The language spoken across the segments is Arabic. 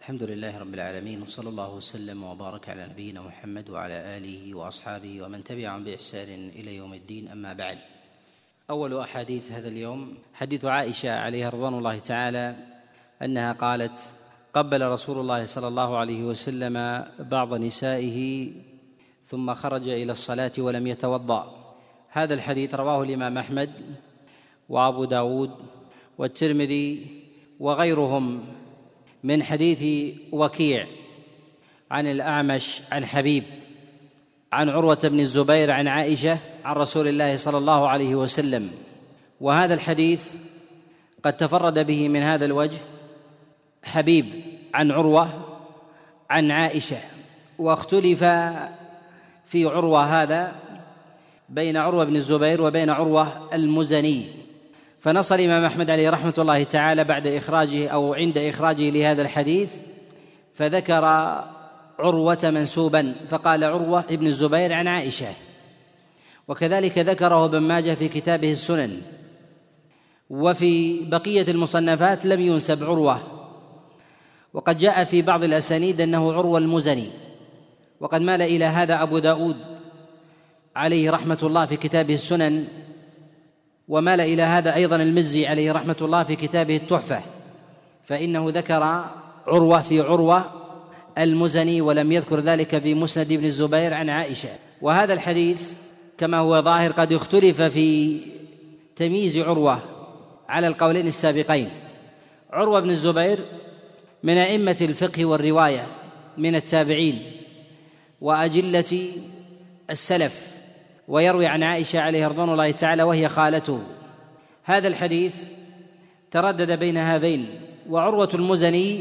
الحمد لله رب العالمين، وصلى الله وسلم وبارك على نبينا محمد وعلى آله وأصحابه ومن تبعهم بإحسان إلى يوم الدين. أما بعد، أول أحاديث هذا اليوم حديث عائشة عليها رضوان الله تعالى أنها قالت: قبل رسول الله صلى الله عليه وسلم بعض نسائه ثم خرج إلى الصلاة ولم يتوضأ. هذا الحديث رواه الإمام أحمد وأبو داود والترمذي وغيرهم من حديث وكيع عن الأعمش عن حبيب عن عروة بن الزبير عن عائشة عن رسول الله صلى الله عليه وسلم. وهذا الحديث قد تفرد به من هذا الوجه حبيب عن عروة عن عائشة، واختلف في عروة هذا بين عروة بن الزبير وبين عروة المزني، فنص الإمام أحمد عليه رحمة الله تعالى بعد إخراجه أو عند إخراجه لهذا الحديث فذكر عروة منسوبا فقال عروة ابن الزبير عن عائشة، وكذلك ذكره ابن ماجه في كتابه السنن. وفي بقية المصنفات لم ينسب عروة، وقد جاء في بعض الأسانيد أنه عروة المزني، وقد مال إلى هذا أبو داود عليه رحمة الله في كتابه السنن، ومال إلى هذا أيضا المزي عليه رحمة الله في كتابه التحفة، فإنه ذكر عروة في عروة المزني ولم يذكر ذلك في مسند ابن الزبير عن عائشة. وهذا الحديث كما هو ظاهر قد اختلف في تمييز عروة على القولين السابقين. عروة بن الزبير من أئمة الفقه والرواية من التابعين وأجلة السلف، ويروي عن عائشة عليه رضوان الله تعالى وهي خالته. هذا الحديث تردد بين هذين، وعروة المزني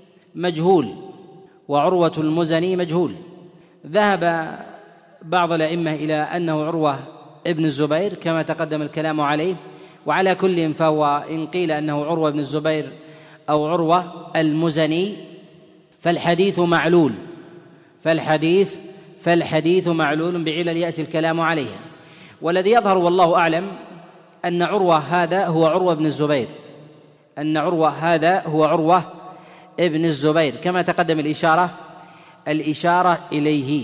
مجهول. ذهب بعض الأئمة إلى أنه عروة ابن الزبير كما تقدم الكلام عليه، وعلى كل فهو إن قيل أنه عروة بن الزبير أو عروة المزني فالحديث معلول بعلل يأتي الكلام عليها. والذي يظهر والله أعلم أن عروة هذا هو عروة ابن الزبير كما تقدم الإشارة إليه.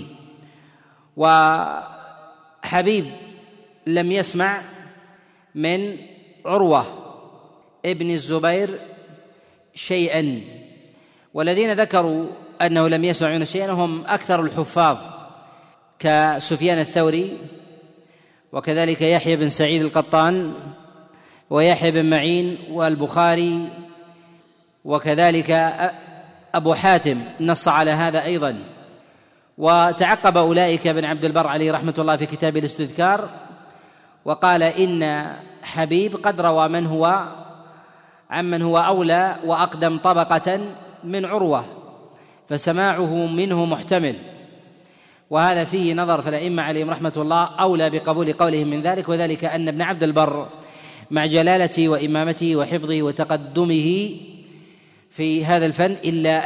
وحبيب لم يسمع من عروة ابن الزبير شيئا، والذين ذكروا أنه لم يسمع منه شيئا هم أكثر الحفاظ كسفيان الثوري، وكذلك يحيى بن سعيد القطان، ويحيى بن معين، والبخاري، وكذلك أبو حاتم نص على هذا أيضا. وتعقب أولئك بن عبد البر عليه رحمة الله في كتاب الاستذكار وقال إن حبيب قد روى عمن هو أولى وأقدم طبقة من عروة، فسماعه منه محتمل، وهذا فيه نظر، فالأئمة عليهم رحمة الله أولى بقبول قولهم من ذلك، وذلك أن ابن عبد البر مع جلالته وإمامته وحفظه وتقدمه في هذا الفن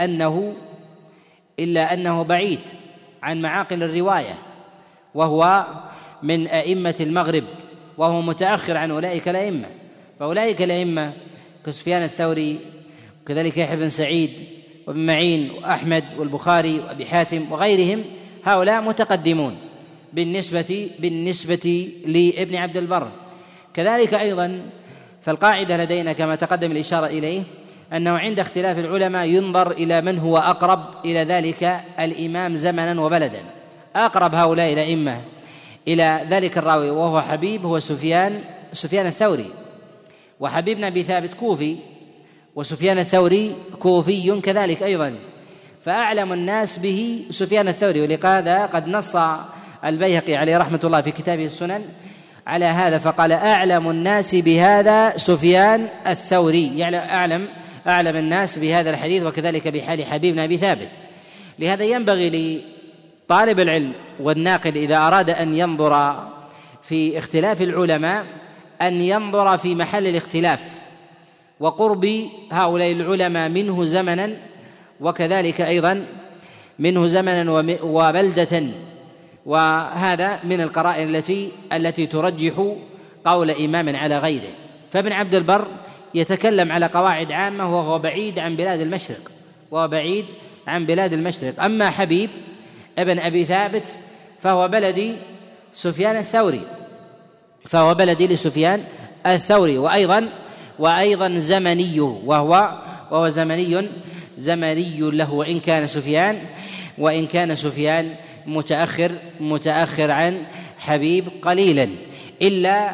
إلا أنه بعيد عن معاقل الرواية، وهو من أئمة المغرب، وهو متأخر عن أولئك الأئمة. فأولئك الأئمة كسفيان الثوري وكذلك يحيى بن سعيد وابن معين وأحمد والبخاري وأبي حاتم وغيرهم هؤلاء متقدمون بالنسبة لابن عبد البر. كذلك أيضا فالقاعدة لدينا كما تقدم الإشارة إليه أنه عند اختلاف العلماء ينظر إلى من هو أقرب إلى ذلك الإمام زمنا وبلدا. أقرب هؤلاء الأئمة إلى ذلك الراوي وهو حبيب هو سفيان الثوري، وحبيب بن أبي ثابت كوفي، وسفيان الثوري كوفي كذلك أيضا، فأعلم الناس به سفيان الثوري. ولهذا قد نص البيهقي عليه رحمة الله في كتابه السنن على هذا فقال: أعلم الناس بهذا سفيان الثوري، يعني أعلم الناس بهذا الحديث، وكذلك بحال حبيب بن أبي ثابت. لهذا ينبغي لطالب العلم والناقل إذا أراد أن ينظر في اختلاف العلماء أن ينظر في محل الاختلاف وقرب هؤلاء العلماء منه زمنا، وكذلك أيضا منه زمنا وبلدة، وهذا من القرائن التي ترجح قول إمام على غيره. فابن عبد البر يتكلم على قواعد عامة وهو بعيد عن بلاد المشرق، وهو بعيد عن بلاد المشرق. أما حبيب ابن أبي ثابت فهو بلدي سفيان الثوري، فهو بلدي لسفيان الثوري، وأيضا زمني، وهو زمني له، وإن كان سفيان متأخر عن حبيب قليلا، إلا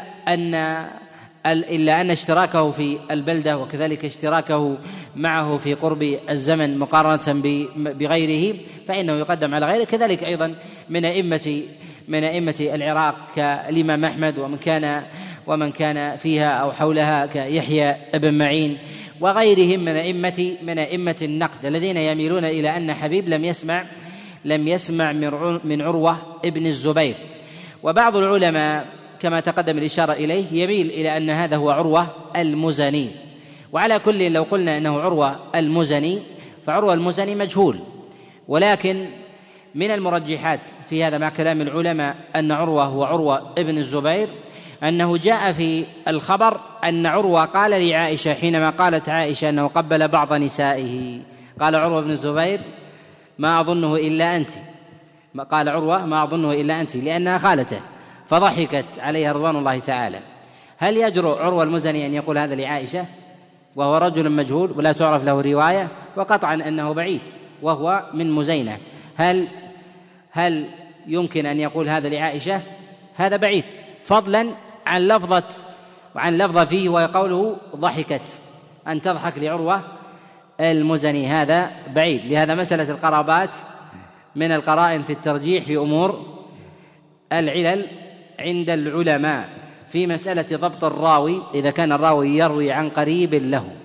أن اشتراكه في البلدة وكذلك اشتراكه معه في قرب الزمن مقارنة بغيره فإنه يقدم على غيره. كذلك أيضا من أئمة العراق كالإمام أحمد ومن كان فيها أو حولها كيحيى بن معين وغيرهم من أئمة النقد الذين يميلون إلى أن حبيب لم يسمع من عروة ابن الزبير. وبعض العلماء كما تقدم الإشارة إليه يميل إلى أن هذا هو عروة المزني. وعلى كل لو قلنا أنه عروة المزني فعروة المزني مجهول، ولكن من المرجحات في هذا مع كلام العلماء أن عروة هو عروة ابن الزبير، أنه جاء في الخبر أن عروة قال لعائشة حينما قالت عائشة أنه قبل بعض نسائه، قال عروة بن الزبير ما أظنه إلا أنت، قال عروة ما أظنه إلا أنت لأنها خالته، فضحكت عليها رضوان الله تعالى. هل يجرؤ عروة المزني أن يقول هذا لعائشة وهو رجل مجهول ولا تعرف له رواية، وقطعا أنه بعيد وهو من مزينة؟ هل يمكن أن يقول هذا لعائشة؟ هذا بعيد، فضلا عن لفظة فيه وقوله ضحكت، أن تضحك لعروة المزني هذا بعيد. لهذا مسألة القرابات من القرائن في الترجيح في أمور العلل عند العلماء في مسألة ضبط الراوي إذا كان الراوي يروي عن قريب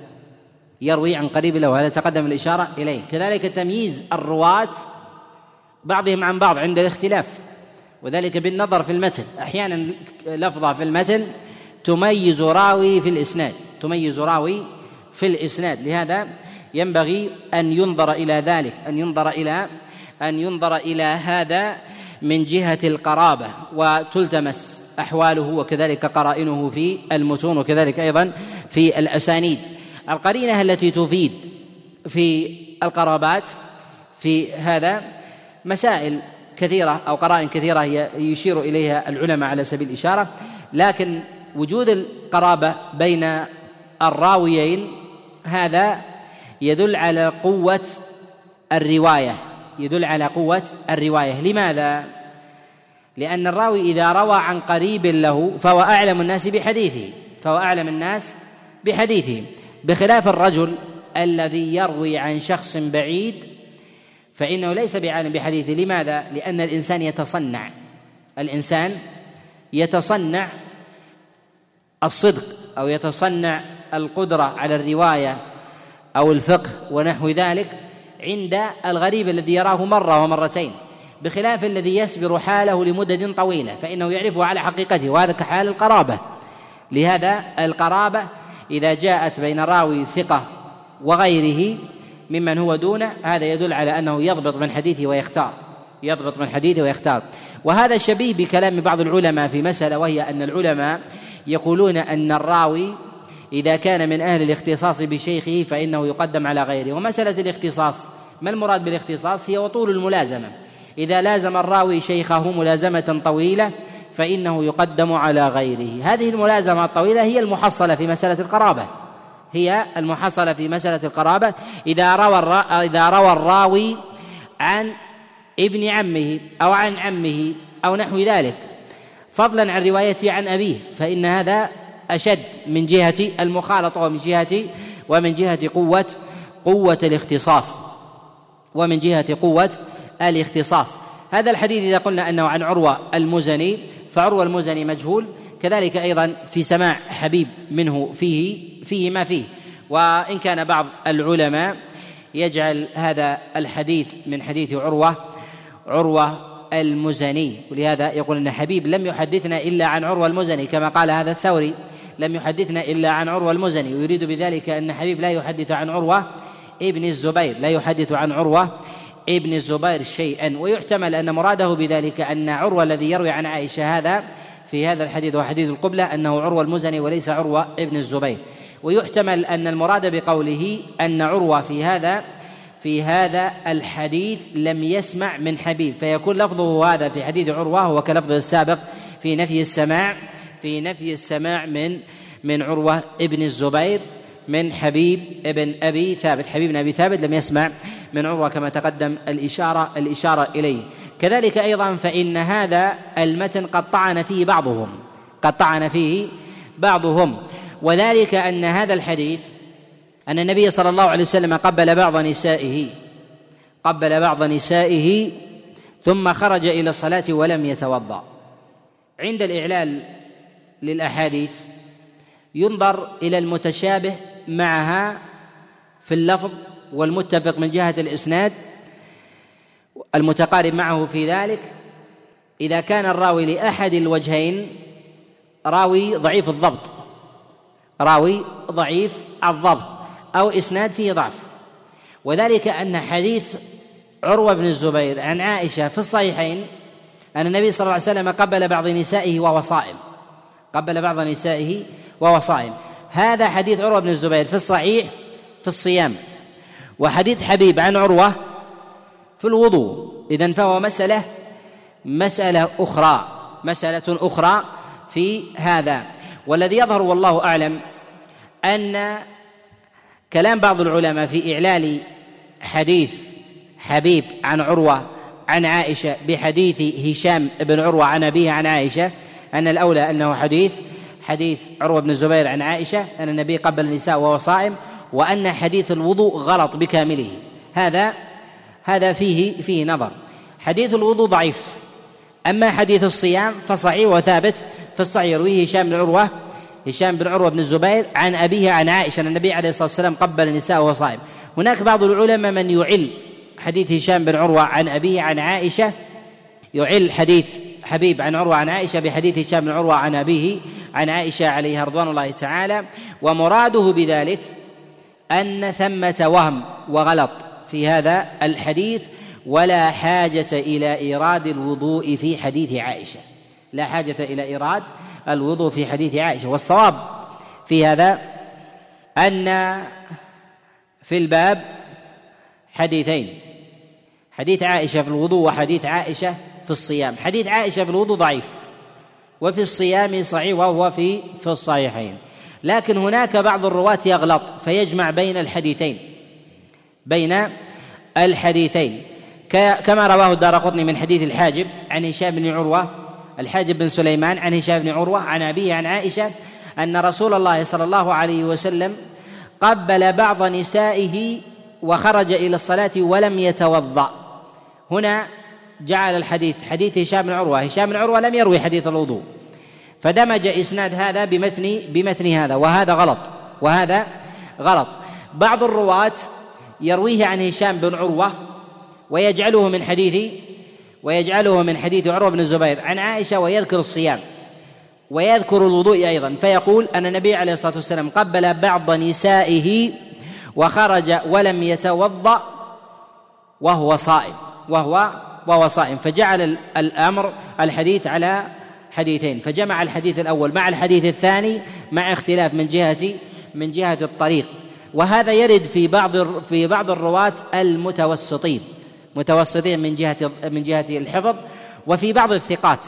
له، هذا تقدم الإشارة إليه. كذلك تمييز الرواة بعضهم عن بعض عند الاختلاف، وذلك بالنظر في المتن، أحيانا لفظة في المتن تميز راوي في الإسناد، لهذا ينبغي أن ينظر إلى ذلك، أن ينظر إلى هذا من جهة القرابة، وتلتمس أحواله وكذلك قرائنه في المتون وكذلك أيضا في الأسانيد. القرينة التي تفيد في القرابات في هذا مسائل كثيرة أو قرائن كثيرة يشير إليها العلماء على سبيل الإشارة، لكن وجود القرابة بين الراويين هذا يدل على قوة الرواية. لماذا؟ لأن الراوي إذا روى عن قريب له فهو أعلم الناس بحديثه، بخلاف الرجل الذي يروي عن شخص بعيد فإنه ليس بعالم بحديثه. لماذا؟ لأن الإنسان يتصنع الصدق أو يتصنع القدرة على الرواية أو الفقه ونحو ذلك عند الغريب الذي يراه مرة ومرتين، بخلاف الذي يسبر حاله لمدد طويلة فإنه يعرفه على حقيقته، وهذا كحال القرابة. لهذا القرابة إذا جاءت بين راوي ثقة وغيره ممن هو دونه هذا يدل على أنه يضبط من حديثه ويختار. وهذا شبيه بكلام بعض العلماء في مسألة، وهي أن العلماء يقولون أن الراوي إذا كان من أهل الاختصاص بشيخه فإنه يقدم على غيره. ومسألة الاختصاص ما المراد بالاختصاص؟ هي وطول الملازمة، إذا لازم الراوي شيخه ملازمة طويلة فإنه يقدم على غيره. هذه الملازمة الطويلة هي المحصلة في مسألة القرابة. إذا روى الراوي عن ابن عمه أو عن عمه أو نحو ذلك فضلا عن روايته عن أبيه فإن هذا أشد من جهة المخالطة ومن جهة قوة الاختصاص. هذا الحديث إذا قلنا أنه عن عروة المزني فعروة المزني مجهول، كذلك أيضا في سماع حبيب منه فيه ما فيه. وإن كان بعض العلماء يجعل هذا الحديث من حديث عروة المزني، ولهذا يقول أن حبيب لم يحدثنا إلا عن عروة المزني، كما قال هذا الثوري لم يحدثنا إلا عن عروة المزني، ويريد بذلك أن حبيب لا يحدث عن عروة ابن الزبير شيئا. ويحتمل أن مراده بذلك أن عروة الذي يروي عن عائشة هذا في هذا الحديث وحديث القبلة أنه عروة المزني وليس عروة ابن الزبير. ويحتمل أن المراد بقوله أن عروة في هذا الحديث لم يسمع من حبيب، فيكون لفظه هذا في حديث عروة هو كلفظه السابق في نفي السماع من عروة ابن الزبير من حبيب ابن أبي ثابت. حبيب بن أبي ثابت لم يسمع من عروة كما تقدم الإشارة إليه. كذلك أيضا فإن هذا المتن قد طعن فيه بعضهم، وذلك أن هذا الحديث أن النبي صلى الله عليه وسلم قبل بعض نسائه ثم خرج إلى الصلاة ولم يتوضأ. عند الإعلال للأحاديث ينظر إلى المتشابه معها في اللفظ والمتفق من جهة الإسناد المتقارب معه في ذلك. إذا كان الراوي لأحد الوجهين راوي ضعيف الضبط أو إسناد فيه ضعف، وذلك أن حديث عروة بن الزبير عن عائشة في الصحيحين أن النبي صلى الله عليه وسلم قبل بعض نسائه وهو صائم. هذا حديث عروة بن الزبير في الصحيح في الصيام، وحديث حبيب عن عروة في الوضوء. إذن فهو مسألة أخرى في هذا. والذي يظهر والله أعلم أن كلام بعض العلماء في إعلال حديث حبيب عن عروة عن عائشة بحديث هشام بن عروة عن أبيه عن عائشة أن الأولى أنه حديث عروة بن الزبير عن عائشة أن النبي قبل النساء وهو صائم، وأن حديث الوضوء غلط بكامله. هذا فيه نظر. حديث الوضوء ضعيف، أما حديث الصيام فصحيح وثابت في الصحيح، يرويه هشام بن عروة بن الزبير عن أبيه عن عائشة أن النبي عليه الصلاة والسلام قبل النساء وهو صائم. هناك بعض العلماء من يعل حديث هشام بن عروة عن أبيه عن عائشة، يعل حديث حبيب عن عروة عن عائشة بحديث هشام بن عروة عن أبيه عن عائشة عليها رضوان الله تعالى، ومراده بذلك أن ثمة وهم وغلط في هذا الحديث، ولا حاجة إلى إيراد الوضوء في حديث عائشة، والصواب في هذا أن في الباب حديثين، حديث عائشة في الوضوء وحديث عائشة في الصيام. حديث عائشة في الوضوء ضعيف، وفي الصيام صحيح وهو في الصحيحين، لكن هناك بعض الرواة يغلط فيجمع بين الحديثين كما رواه الدارقطني من حديث الحاجب عن هشام بن عروة، الحاجب بن سليمان عن هشام بن عروة عن أبيه عن عائشة أن رسول الله صلى الله عليه وسلم قبل بعض نسائه وخرج إلى الصلاة ولم يتوضأ. هنا جعل الحديث حديث هشام بن عروة لم يروي حديث الوضوء، فدمج إسناد هذا بمتن هذا، وهذا غلط. بعض الرواة يرويه عن هشام بن عروة ويجعله من حديث عروة بن الزبير عن عائشة، ويذكر الصيام ويذكر الوضوء أيضا، فيقول أن النبي عليه الصلاة والسلام قبل بعض نسائه وخرج ولم يتوضأ وهو صائم، فجعل الأمر الحديث على حديثين، فجمع الحديث الأول مع الحديث الثاني مع اختلاف من جهة الطريق. وهذا يرد في بعض الرواة المتوسطين من جهة الحفظ، وفي بعض الثقات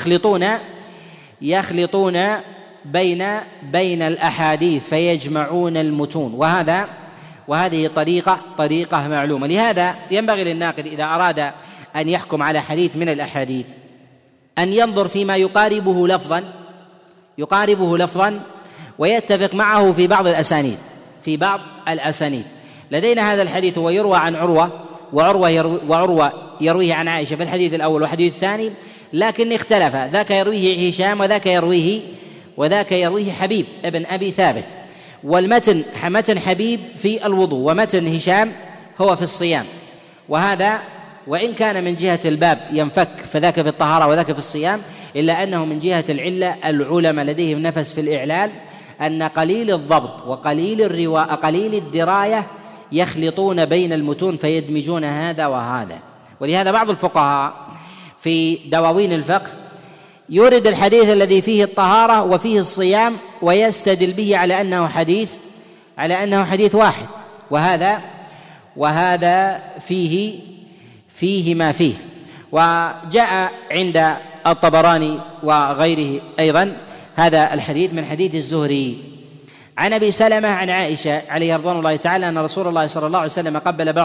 يخلطون بين الأحاديث فيجمعون المتون، وهذه طريقة معلومة. لهذا ينبغي للناقد إذا أراد أن يحكم على حديث من الأحاديث أن ينظر فيما يقاربه لفظا ويتفق معه في بعض الأسانيد. لدينا هذا الحديث ويروى عن عروة، وعروة يرويه عن عائشة في الحديث الأول والحديث الثاني، لكن اختلف، ذاك يرويه هشام وذاك يرويه حبيب ابن أبي ثابت، والمتن متن حبيب في الوضوء ومتن هشام هو في الصيام. وهذا وإن كان من جهة الباب ينفك، فذاك في الطهارة وذاك في الصيام، إلا أنه من جهة العلة العلماء لديهم نفس في الإعلال أن قليل الضبط وقليل الرواء قليل الدراية يخلطون بين المتون فيدمجون هذا وهذا. ولهذا بعض الفقهاء في دواوين الفقه يورد الحديث الذي فيه الطهارة وفيه الصيام ويستدل به على أنه حديث واحد، وهذا فيه ما فيه. وجاء عند الطبراني وغيره أيضا هذا الحديث من حديث الزهري عن أبي سلمة عن عائشة عليه رضوان الله تعالى أن رسول الله صلى الله عليه وسلم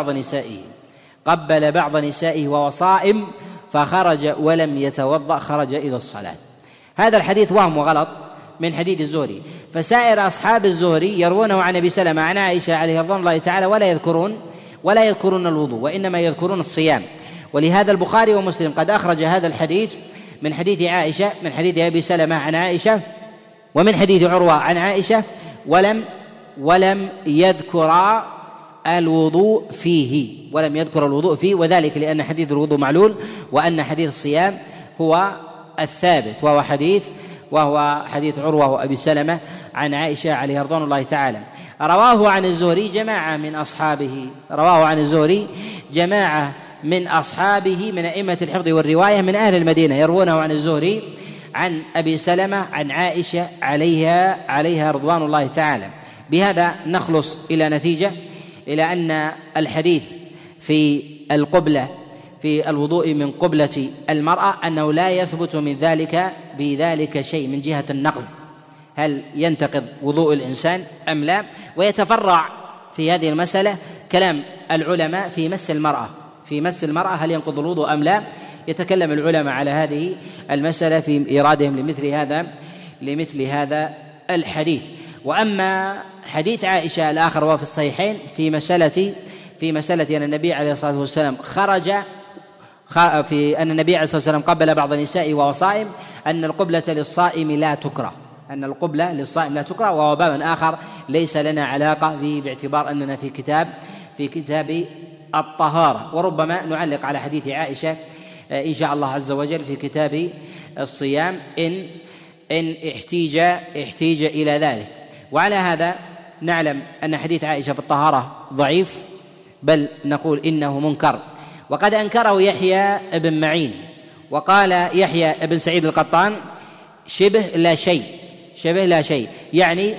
قبل بعض نسائه وهو صائم فخرج ولم يتوضأ، خرج إلى الصلاة. هذا الحديث وهم وغلط من حديث الزهري، فسائر أصحاب الزهري يروونه عن أبي سلمة عن عائشة عليه رضوان الله تعالى ولا يذكرون الوضوء، وإنما يذكرون الصيام. ولهذا البخاري ومسلم قد أخرج هذا الحديث من حديث عائشة، من حديث أبي سلمة عن عائشة، ومن حديث عروة عن عائشة، ولم يذكر الوضوء فيه، وذلك لأن حديث الوضوء معلول، وأن حديث الصيام هو الثابت، وهو حديث عروة وأبي سلمة عن عائشة عليه رضوان الله تعالى. رواه عن الزهري جماعة من أصحابه من أئمة الحفظ والرواية من أهل المدينة يروونه عن الزهري عن أبي سلمة عن عائشة عليها رضوان الله تعالى. بهذا نخلص إلى نتيجة، إلى أن الحديث في القبلة في الوضوء من قبلة المرأة أنه لا يثبت بذلك شيء من جهة النقض، هل ينتقض وضوء الإنسان أم لا. ويتفرع في هذه المسألة كلام العلماء في مس المرأة هل ينقض الوضوء أم لا. يتكلم العلماء على هذه المسألة في إيرادهم لمثل هذا الحديث. وأما حديث عائشة الآخر وفي الصحيحين في مسألة أن النبي عليه الصلاة والسلام في أن النبي عليه الصلاة والسلام قبل بعض نسائه وهو صائم، أن القبلة للصائم لا تكره، وهو باب آخر ليس لنا علاقة به، باعتبار أننا في كتاب الطهارة. وربما نعلق على حديث عائشة إن شاء الله عز وجل في كتاب الصيام إن احتيج إلى ذلك. وعلى هذا نعلم أن حديث عائشة في الطهارة ضعيف، بل نقول إنه منكر، وقد أنكره يحيى بن معين، وقال يحيى بن سعيد القطان شبه لا شيء، يعني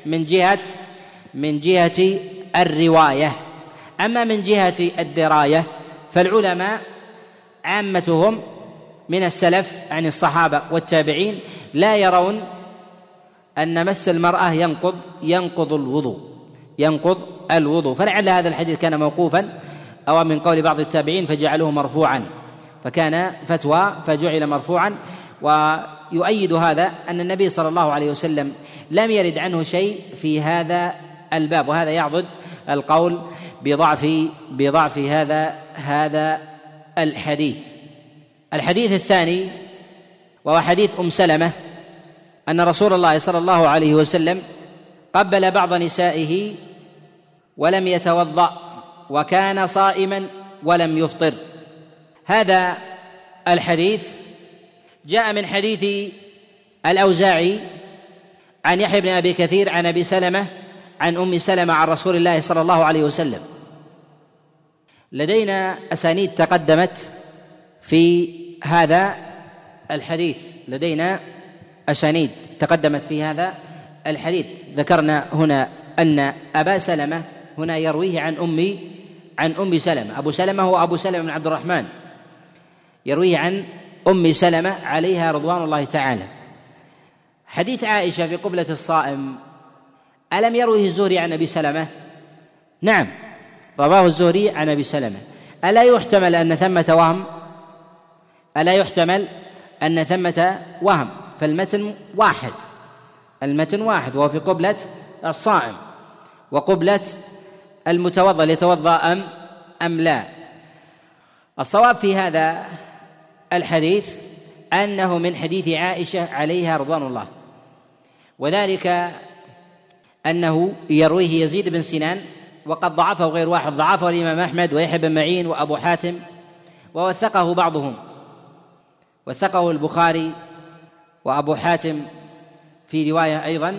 من جهة الرواية. أما من جهة الدراية فالعلماء عامتهم من السلف عن الصحابة والتابعين لا يرون أن مس المرأة ينقض الوضوء، فلعل هذا الحديث كان موقوفا أو من قول بعض التابعين فجعلوه مرفوعا، فكان فتوى فجعل مرفوعا. ويؤيد هذا أن النبي صلى الله عليه وسلم لم يرد عنه شيء في هذا الباب، وهذا يعضد القول بضعف هذا الحديث. الحديث الثاني وهو حديث أم سلمة أن رسول الله صلى الله عليه وسلم قبل بعض نسائه ولم يتوضأ وكان صائما ولم يفطر. هذا الحديث جاء من حديث الأوزاعي عن يحيى بن أبي كثير عن أبي سلمة عن أم سلمة عن رسول الله صلى الله عليه وسلم. لدينا أسانيد تقدمت في هذا الحديث، ذكرنا هنا أن أبا سلمة هنا يرويه عن أم سلمة. أبو سلمة هو أبو سلمة بن عبد الرحمن، يرويه عن أم سلمة عليها رضوان الله تعالى. حديث عائشة في قبلة الصائم ألم يروه الزهري عن أبي سلمة؟ نعم، رواه الزهري عن أبي سلمة. ألا يحتمل أن ثمة وهم؟ فالمتن واحد وهو في قبلة الصائم وقبلة المتوضأ ليتوضأ أم لا. الصواب في هذا الحديث أنه من حديث عائشة عليها رضوان الله، وذلك أنه يرويه يزيد بن سنان، وقد ضعفه غير واحد، ضعفه الإمام أحمد ويحيى بن معين وأبو حاتم، ووثقه بعضهم، وثقه البخاري وأبو حاتم في رواية أيضا.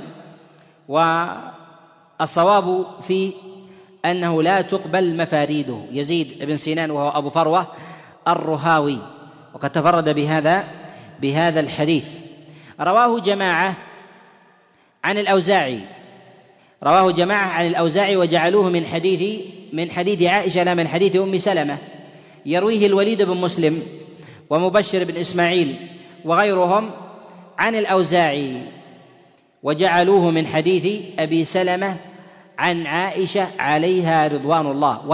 والصواب في أنه لا تقبل مفاريده، يزيد بن سنان وهو أبو فروة الرهاوي، وقد تفرد بهذا الحديث. رواه جماعة عن الأوزاعي وجعلوه من حديث من حديث عائشة لا من حديث أم سلمة. يرويه الوليد بن مسلم ومبشر بن إسماعيل وغيرهم عن الأوزاعي، وجعلوه من حديث أبي سلمة عن عائشة عليها رضوان الله.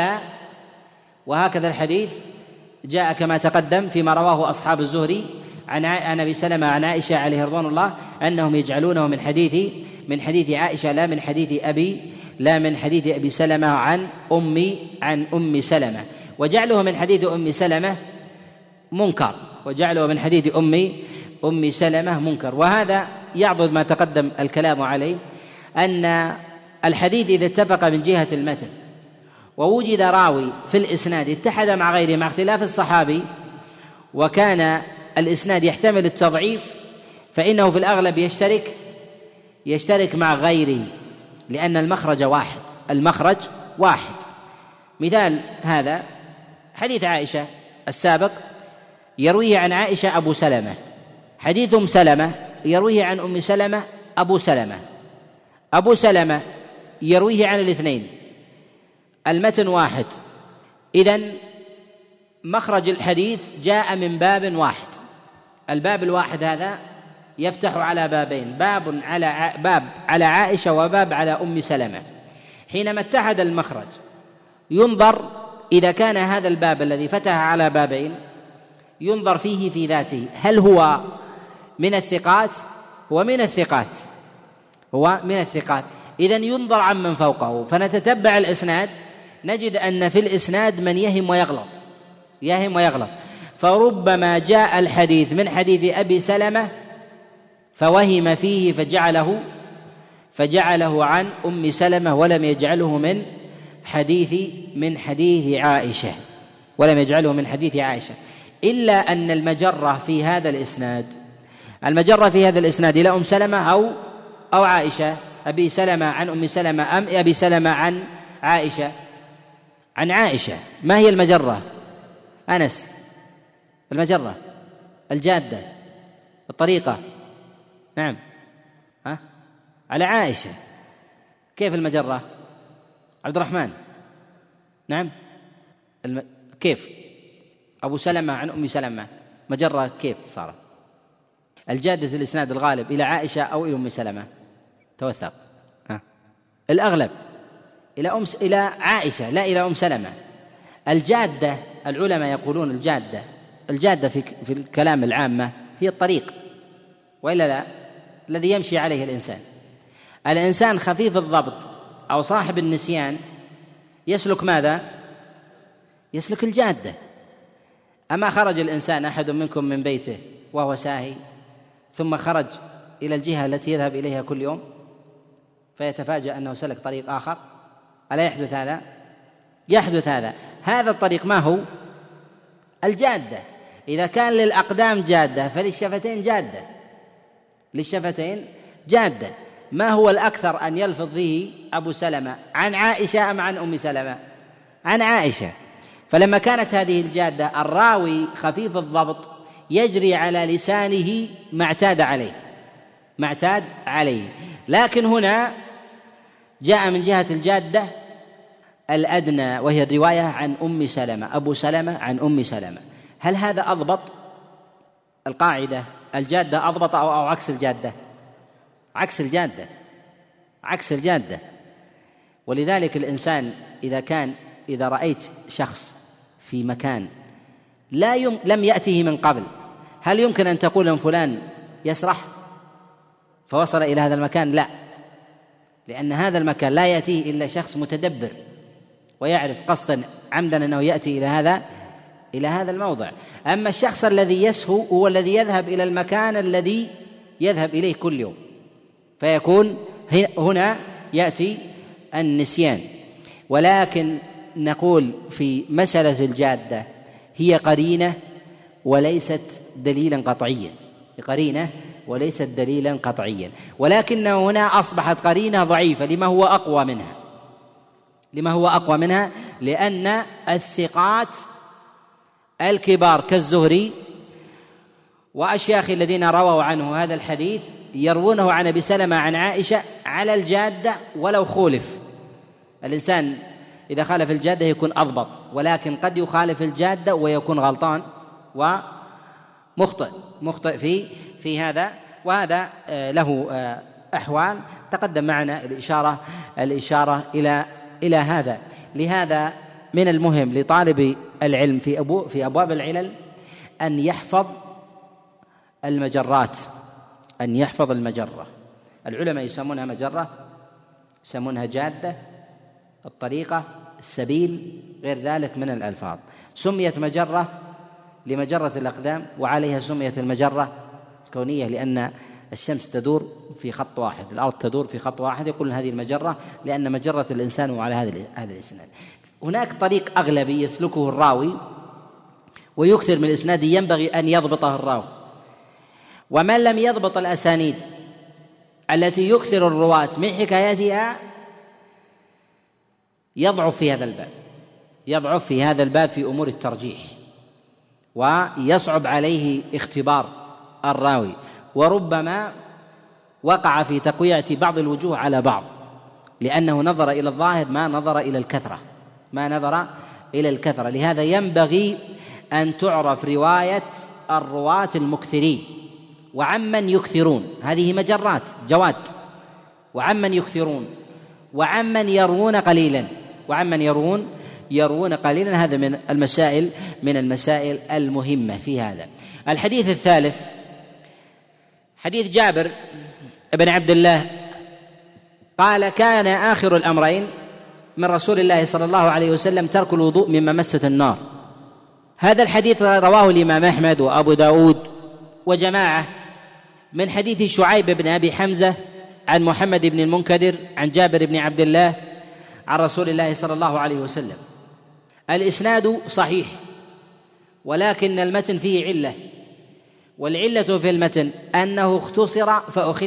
وهكذا الحديث جاء كما تقدم فيما رواه أصحاب الزهري عن أبي سلمة عن عائشة عليها رضوان الله أنهم يجعلونه من حديث عائشة لا من حديث أبي سلمة عن أم سلمة. وجعله من حديث أم سلمة منكر، أم سلمة منكر. وهذا يعضد ما تقدم الكلام عليه، أن الحديث إذا اتفق من جهة المتن ووجد راوي في الإسناد اتحد مع غيره مع اختلاف الصحابي، وكان الإسناد يحتمل التضعيف، فإنه في الأغلب يشترك مع غيره، لأن المخرج واحد. مثال هذا حديث عائشة السابق يرويه عن عائشة أبو سلمة، حديث أم سلمة يرويه عن أم سلمة أبو سلمة يرويه عن الاثنين، المتن واحد، إذن مخرج الحديث جاء من باب واحد. الباب الواحد هذا يفتح على بابين، باب على عائشة وباب على أم سلمة. حينما اتحد المخرج ينظر إذا كان هذا الباب الذي فتح على بابين ينظر فيه في ذاته، هل هو من الثقات؟ هو من الثقات. إذن ينظر عمن فوقه، فنتتبع الإسناد نجد أن في الإسناد من يهم ويغلط، فربما جاء الحديث من حديث أبي سلمة فوهم فيه فجعله عن أم سلمة ولم يجعله من حديث عائشة، إلا أن المجرة في هذا الإسناد إلى أم سلمة أو عائشة، أبي سلمة عن أم سلمة أم أبي سلمة عن عائشة. ما هي المجرة أنس؟ المجرة الجادة الطريقة، نعم، على عائشة. كيف المجرة عبد الرحمن؟ نعم، كيف أبو سلمة عن أم سلمة مجرة كيف صارت؟ الجادة الإسناد الغالب إلى عائشة أو إلى أم سلمة؟ توثق. الأغلب إلى عائشة لا إلى أم سلمة. الجادة العلماء يقولون الجادة في الكلام العامة هي الطريق، وإلا لا، الذي يمشي عليه الإنسان خفيف الضبط أو صاحب النسيان يسلك ماذا؟ يسلك الجادة. أما خرج الإنسان أحد منكم من بيته وهو ساهي ثم خرج إلى الجهة التي يذهب إليها كل يوم فيتفاجأ أنه سلك طريق آخر، ألا يحدث هذا؟ يحدث هذا. هذا الطريق ما هو؟ الجادة. إذا كان للأقدام جادة فللشفتين جادة. ما هو الأكثر أن يلفظ فيه أبو سلمة عن عائشة أم عن أم سلمة؟ عن عائشة. فلما كانت هذه الجادة الراوي خفيف الضبط يجري على لسانه ما اعتاد عليه، لكن هنا جاء من جهة الجادة الأدنى وهي الرواية عن أم سلمة، أبو سلمة عن أم سلمة. هل هذا أضبط؟ القاعدة الجادة أضبط أو عكس الجادة؟ عكس الجادة. ولذلك الإنسان إذا رأيت شخص في مكان لم يأته من قبل، هل يمكن أن تقول أن فلان يسرح فوصل إلى هذا المكان؟ لا، لأن هذا المكان لا يأتيه إلا شخص متدبر ويعرف قصدا عمدا أنه يأتي إلى هذا الموضع. أما الشخص الذي يسهو هو الذي يذهب إلى المكان الذي يذهب إليه كل يوم، فيكون هنا يأتي النسيان. ولكن نقول في مسألة الجادة هي قرينة وليست دليلا قطعيا، ولكنه هنا أصبحت قرينة ضعيفة لما هو أقوى منها، لأن الثقات الكبار كالزهري وأشياخ الذين رووا عنه هذا الحديث يروونه عن أبي سلمة عن عائشة على الجادة ولو خولف. الإنسان إذا خالف الجادة يكون أضبط، ولكن قد يخالف الجادة ويكون غلطان ومخطئ في هذا، وهذا له أحوال تقدم معنا الإشارة إلى هذا. لهذا من المهم لطالب العلم في أبواب العلل أن يحفظ المجرات، أن يحفظ المجرة. العلماء يسمونها مجرة، يسمونها جادة، الطريقة، السبيل، غير ذلك من الألفاظ. سميت مجرة لمجرة الأقدام، وعليها سميت المجرة كونية لأن الشمس تدور في خط واحد، الأرض تدور في خط واحد، يقول هذه المجرة لأن مجرة الإنسان وعلى هذا الإسناد. هناك طريق أغلبي يسلكه الراوي ويكثر من الإسناد ينبغي أن يضبطه الراوي، ومن لم يضبط الأسانيد التي يكثر الرواة من حكايتها يضعف في هذا الباب في أمور الترجيح، ويصعب عليه اختبار الراوي، وربما وقع في تقوية بعض الوجوه على بعض لأنه نظر إلى الظاهر ما نظر إلى الكثرة. لهذا ينبغي أن تعرف رواية الرواة المكثرين وعمن يكثرون، هذه مجرات جواد، وعمن يكثرون، وعمن يروون قليلا، يروون قليلا. هذا من المسائل المهمة في هذا. الحديث الثالث حديث جابر بن عبد الله قال: كان آخر الأمرين من رسول الله صلى الله عليه وسلم ترك الوضوء مما مست النار. هذا الحديث رواه الإمام أحمد وأبو داود وجماعة من حديث شعيب بن أبي حمزة عن محمد بن المنكدر عن جابر بن عبد الله عن رسول الله صلى الله عليه وسلم. الإسناد صحيح، ولكن المتن فيه علة، والعلة في المتن أنه اختصر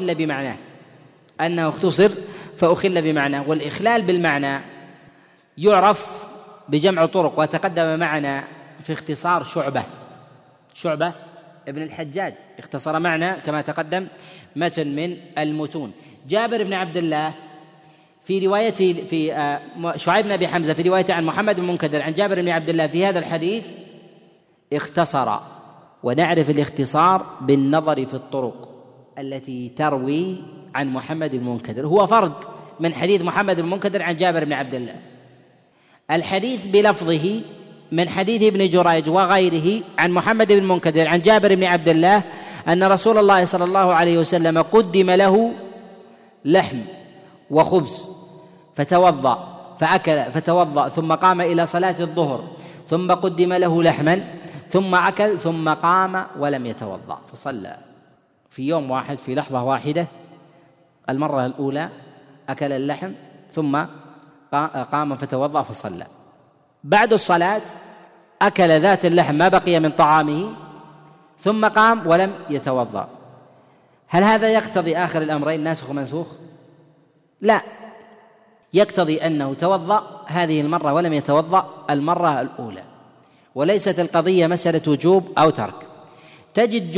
فأخل بمعناه، والإخلال بالمعنى يعرف بجمع طرق، وتقدم معنا في اختصار شعبة ابن الحجاج اختصر معنا كما تقدم متن من المتون. جابر بن عبد الله في روايته في شعيب بن أبي حمزة في روايته عن محمد بن المنكدر عن جابر بن عبد الله في هذا الحديث اختصر، ونعرف الاختصار بالنظر في الطرق التي تروي عن محمد بن المنكدر، هو فرد من حديث محمد بن المنكدر عن جابر بن عبد الله. الحديث بلفظه من حديث ابن جريج وغيره عن محمد بن المنكدر عن جابر بن عبد الله أن رسول الله صلى الله عليه وسلم قدم له لحم وخبز فتوضأ فأكل فتوضأ ثم قام إلى صلاة الظهر، ثم قدم له لحما ثم أكل ثم قام ولم يتوضأ فصلى في يوم واحد في لحظة واحدة. المرة الأولى أكل اللحم ثم قام فتوضأ فصلى، بعد الصلاة أكل ذات اللحم ما بقي من طعامه ثم قام ولم يتوضأ. هل هذا يقتضي آخر الأمرين ناسخ ومنسوخ؟ لا، يقتضي أنه توضأ هذه المرة ولم يتوضأ المرة الأولى، وليست القضية مسألة وجوب أو ترك. تجد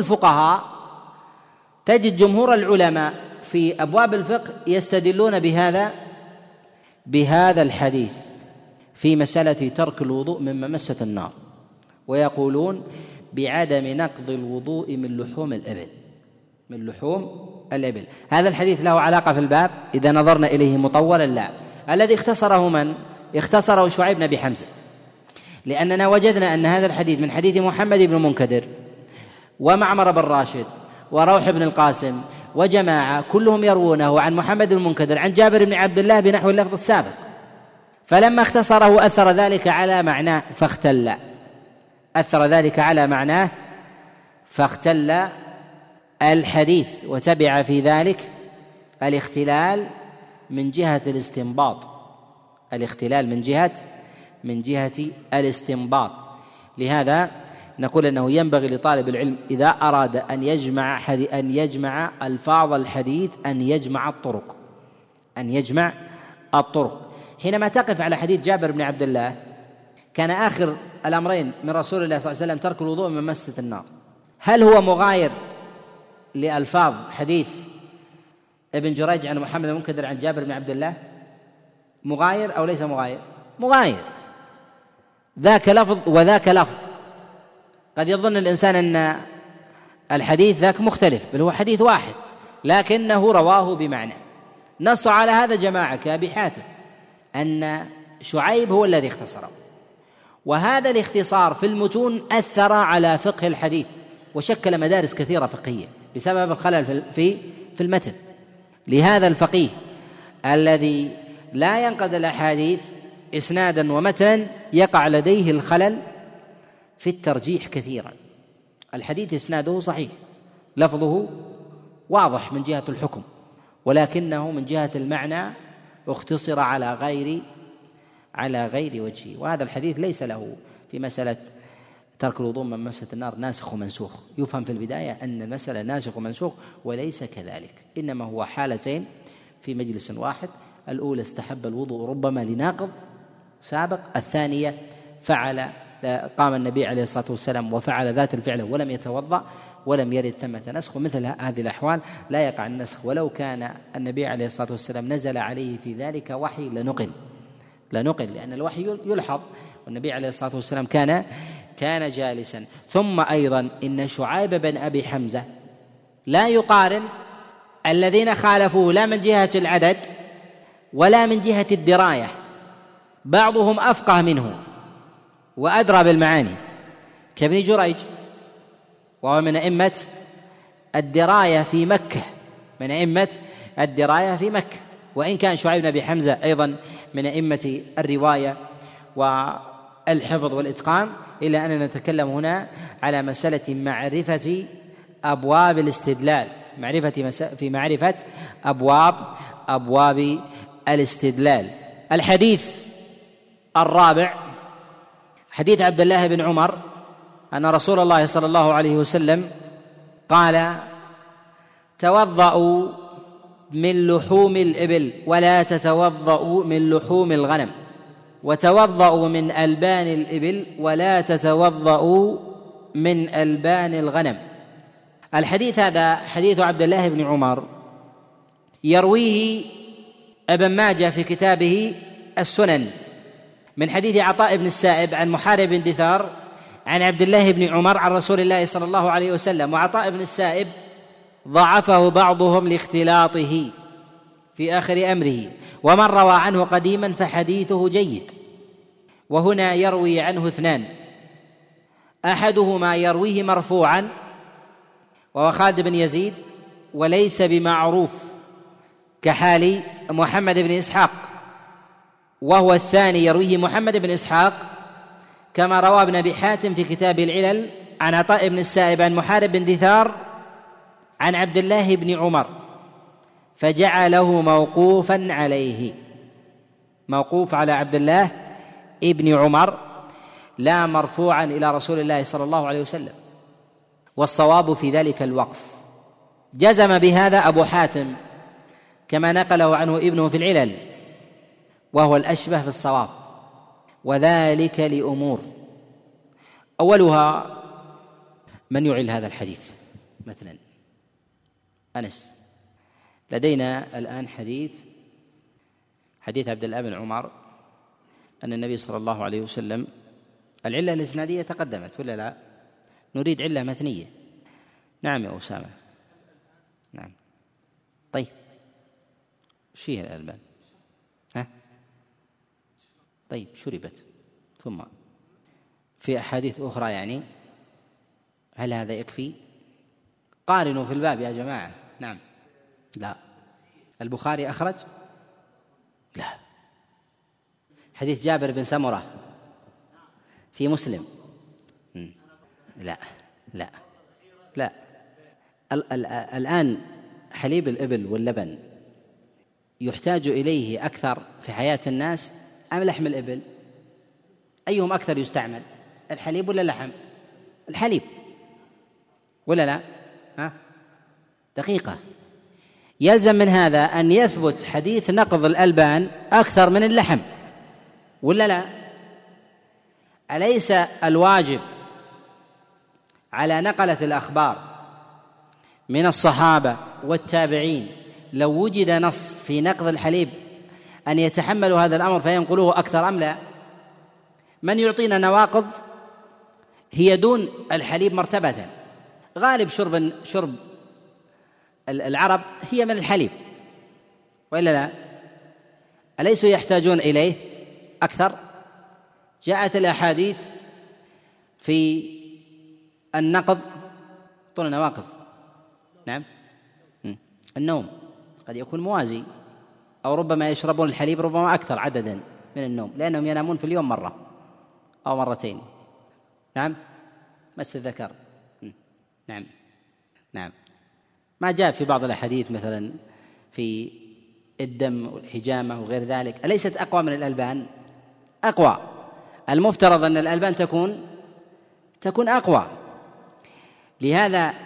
جمهور العلماء في أبواب الفقه يستدلون بهذا الحديث في مسألة ترك الوضوء مما مست النار، ويقولون بعدم نقض الوضوء من لحوم الإبل. هذا الحديث له علاقة في الباب إذا نظرنا إليه مطولا؟ لا. الذي اختصره من؟ اختصره شعيب بن أبي حمزة، لأننا وجدنا أن هذا الحديث من حديث محمد بن المنكدر ومعمر بن راشد وروح بن القاسم وجماعة كلهم يروونه عن محمد بن المنكدر عن جابر بن عبد الله بنحو اللفظ السابق، فلما اختصره أثر ذلك على معناه فاختل الحديث، وتبع في ذلك الاختلال من جهة الاستنباط. لهذا نقول أنه ينبغي لطالب العلم إذا أراد أن يجمع ألفاظ الحديث أن يجمع الطرق. حينما تقف على حديث جابر بن عبد الله كان آخر الأمرين من رسول الله صلى الله عليه وسلم ترك الوضوء من مسة النار، هل هو مغاير لألفاظ حديث ابن جريج عن محمد بن المنكدر عن جابر بن عبد الله؟ مغاير أو ليس مغاير؟ مغاير، ذاك لفظ وذاك لفظ. قد يظن الإنسان أن الحديث ذاك مختلف، بل هو حديث واحد لكنه رواه بمعنى. نص على هذا جماعة كأبي حاتم أن شعيب هو الذي اختصره، وهذا الاختصار في المتون أثر على فقه الحديث وشكل مدارس كثيرة فقهية بسبب الخلل في المتن. لهذا الفقيه الذي لا ينقد الأحاديث إسنادا ومتنا يقع لديه الخلل في الترجيح كثيرا. الحديث إسناده صحيح، لفظه واضح من جهة الحكم، ولكنه من جهة المعنى اختصر على غير وجهه. وهذا الحديث ليس له في مسألة ترك الوضوء من مسة النار ناسخ ومنسوخ. يفهم في البداية أن المسألة ناسخ ومنسوخ، وليس كذلك، إنما هو حالتين في مجلس واحد. الأولى استحب الوضوء ربما لناقض سابق، الثانية قام النبي عليه الصلاة والسلام وفعل ذات الفعل ولم يتوضأ ولم يرد ثمة نسخ. ومثل هذه الأحوال لا يقع النسخ، ولو كان النبي عليه الصلاة والسلام نزل عليه في ذلك وحي لنقل لأن الوحي يلحظ، والنبي عليه الصلاة والسلام كان جالسا. ثم أيضا إن شعيب بن أبي حمزة لا يقارن الذين خالفوه لا من جهة العدد ولا من جهة الدراية، بعضهم أفقه منه وأدرى بالمعاني كابن جريج، وهو من أئمة الدراية في مكة، وإن كان شعيب بن أبي حمزة أيضا من أئمة الرواية والحفظ والإتقان، إلا أننا نتكلم هنا على مسألة معرفة أبواب الاستدلال، في معرفة أبواب الاستدلال. الحديث الرابع حديث عبد الله بن عمر أن رسول الله صلى الله عليه وسلم قال: توضؤوا من لحوم الإبل ولا تتوضؤوا من لحوم الغنم، وتوضؤوا من ألبان الإبل ولا تتوضؤوا من ألبان الغنم. الحديث هذا حديث عبد الله بن عمر، يرويه ابن ماجه في كتابه السنن من حديث عطاء بن السائب عن محارب بن دثار عن عبد الله بن عمر عن رسول الله صلى الله عليه وسلم. وعطاء بن السائب ضعفه بعضهم لاختلاطه في آخر أمره، ومن روى عنه قديما فحديثه جيد. وهنا يروي عنه اثنان، أحدهما يرويه مرفوعا وهو خالد بن يزيد وليس بمعروف كحال محمد بن إسحاق، وهو الثاني يرويه محمد بن إسحاق كما روى ابن أبي حاتم في كتاب العلل عن عطاء بن السائب عن محارب بن دثار عن عبد الله بن عمر، فجعله موقوفا عليه، موقوف على عبد الله ابن عمر لا مرفوعا إلى رسول الله صلى الله عليه وسلم. والصواب في ذلك الوقف. جزم بهذا أبو حاتم كما نقله عنه ابنه في العلل، وهو الأشبه في الصواب، وذلك لأمور. أولها من يعل هذا الحديث. مثلا أنس، لدينا الآن حديث عبد الله بن عمر أن النبي صلى الله عليه وسلم، العلة الإسنادية تقدمت ولا لا؟ نريد علة متنية. نعم يا أسامة. نعم. طيب وش هي الألبان؟ طيب شربت ثم في أحاديث أخرى، يعني هل هذا يكفي؟ قارنوا في الباب يا جماعة. نعم. لا. البخاري أخرج؟ لا. حديث جابر بن سمرة في مسلم؟ لا لا لا. الآن حليب الإبل واللبن يحتاج إليه أكثر في حياة الناس أم لحم الإبل؟ أيهم أكثر يستعمل، الحليب ولا اللحم؟ الحليب ولا لا؟ دقيقة. يلزم من هذا أن يثبت حديث نقض الألبان أكثر من اللحم ولا لا؟ أليس الواجب على نقلة الأخبار من الصحابة والتابعين لو وجد نص في نقض الحليب أن يتحملوا هذا الأمر فينقلوه أكثر أم لا؟ من يعطينا نواقض هي دون الحليب مرتبة. غالب شرب العرب هي من الحليب، وإلا لا؟ أليسوا يحتاجون إليه أكثر؟ جاءت الأحاديث في النقض طول النواقض. نعم، النوم قد يكون موازي، أو ربما يشربون الحليب ربما أكثر عددا من النوم، لأنهم ينامون في اليوم مرة أو مرتين. نعم، مس الذكر. نعم نعم، ما جاء في بعض الأحاديث مثلا في الدم والحجامة وغير ذلك، أليست أقوى من الألبان؟ أقوى. المفترض أن الألبان تكون أقوى. لهذا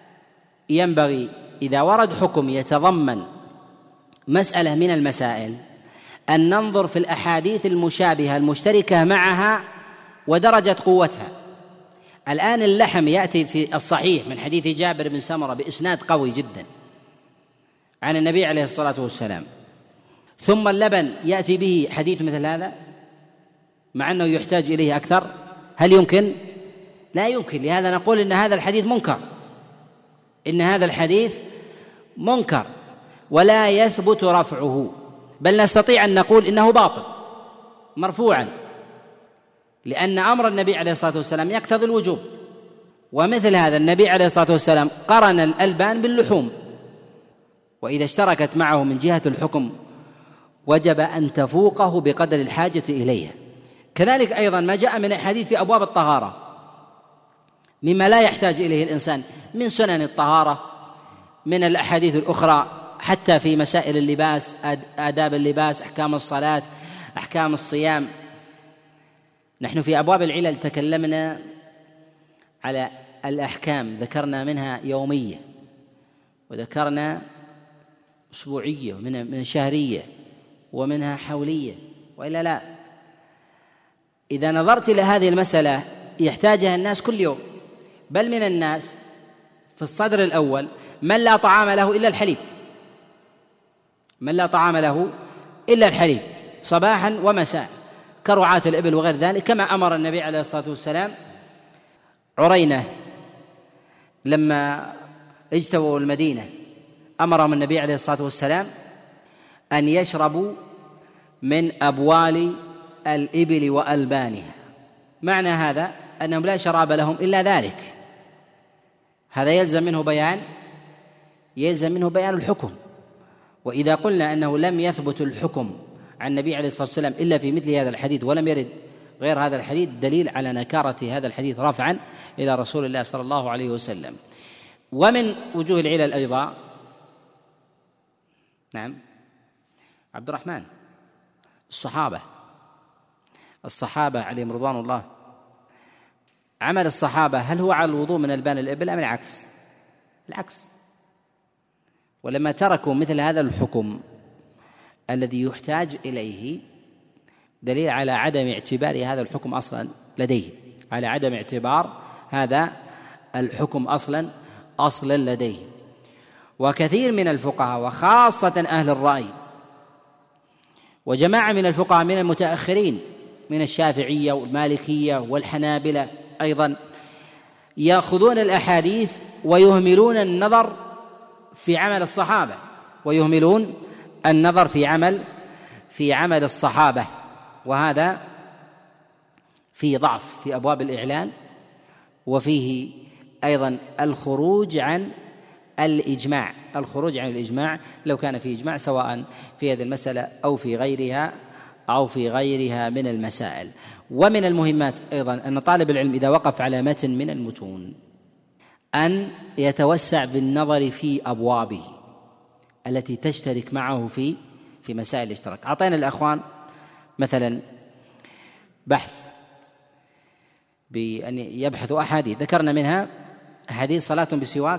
ينبغي إذا ورد حكم يتضمن مسألة من المسائل أن ننظر في الأحاديث المشابهة المشتركة معها ودرجة قوتها. الآن اللحم يأتي في الصحيح من حديث جابر بن سمرة بإسناد قوي جدا عن النبي عليه الصلاة والسلام، ثم اللبن يأتي به حديث مثل هذا مع أنه يحتاج إليه أكثر، هل يمكن؟ لا يمكن. لهذا نقول إن هذا الحديث منكر، إن هذا الحديث منكر ولا يثبت رفعه، بل نستطيع أن نقول إنه باطل مرفوعا، لأن أمر النبي عليه الصلاة والسلام يقتضي الوجوب. ومثل هذا النبي عليه الصلاة والسلام قرن الألبان باللحوم، وإذا اشتركت معه من جهة الحكم وجب أن تفوقه بقدر الحاجة إليها. كذلك أيضا ما جاء من الحديث في أبواب الطهارة مما لا يحتاج إليه الإنسان من سنن الطهارة، من الأحاديث الأخرى، حتى في مسائل اللباس، آداب اللباس، أحكام الصلاة، أحكام الصيام. نحن في أبواب العلل تكلمنا على الأحكام، ذكرنا منها يومية، وذكرنا أسبوعية، ومن شهرية، ومنها حولية، وإلا لا؟ إذا نظرت إلى هذه المسألة يحتاجها الناس كل يوم، بل من الناس في الصدر الأول من لا طعام له إلا الحليب، من لا طعام له إلا الحليب صباحا ومساء، كرعاة الإبل وغير ذلك، كما أمر النبي عليه الصلاة والسلام عرينة لما اجتووا المدينة، أمرهم النبي عليه الصلاة والسلام أن يشربوا من أبوال الإبل وألبانها. معنى هذا أنهم لا شراب لهم إلا ذلك. هذا يلزم منه بيان الحكم. وإذا قلنا أنه لم يثبت الحكم عن النبي عليه الصلاة والسلام إلا في مثل هذا الحديث ولم يرد غير هذا الحديث، دليل على نكارة هذا الحديث رفعا إلى رسول الله صلى الله عليه وسلم. ومن وجوه العلل أيضا، نعم عبد الرحمن، الصحابة عليهم رضوان الله، عمل الصحابة هل هو على الوضوء من ألبان الإبل أم العكس؟ ولما تركوا مثل هذا الحكم الذي يحتاج إليه دليل على عدم اعتبار هذا الحكم أصلا لديه، على عدم اعتبار هذا الحكم أصلا لديه. وكثير من الفقهاء وخاصة أهل الرأي وجماعة من الفقهاء من المتأخرين من الشافعية والمالكية والحنابلة أيضا يأخذون الأحاديث ويهملون النظر في عمل الصحابة، ويهملون النظر في عمل الصحابة، وهذا فيه ضعف في أبواب الإعلان، وفيه أيضا الخروج عن الإجماع لو كان في إجماع سواء في هذه المسألة أو في غيرها من المسائل. ومن المهمات أيضا أن طالب العلم إذا وقف على متن من المتون أن يتوسع بالنظر في أبوابه التي تشترك معه في مسائل الاشتراك. أعطينا الأخوان مثلا بحث بأن يبحثوا أحاديث، ذكرنا منها أحاديث صلاة بسواك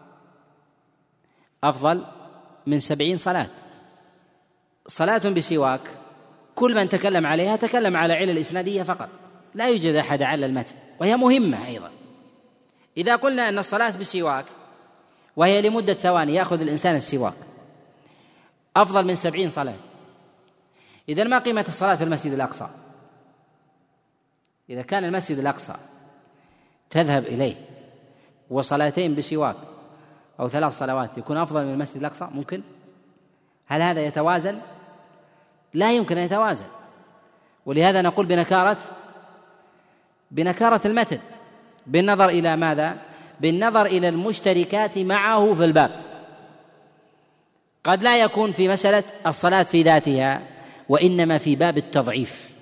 أفضل من 70 صلاة بسواك، كل من تكلم عليها تكلم على علل الإسنادية فقط، لا يوجد أحد على المتن، وهي مهمة أيضا. إذا قلنا أن الصلاة بسواك وهي لمدة ثواني يأخذ الإنسان السواك أفضل من 70 صلاة، إذن ما قيمة الصلاة في المسجد الأقصى؟ إذا كان المسجد الأقصى تذهب إليه وصلاتين بسواك أو 3 صلوات يكون أفضل من المسجد الأقصى؟ ممكن؟ هل هذا يتوازن؟ لا يمكن أن يتوازن. ولهذا نقول بنكارة المتن، بالنظر إلى ماذا؟ بالنظر إلى المشتركات معه في الباب. قد لا يكون في مسألة الصلاة في ذاتها، وإنما في باب التضعيف،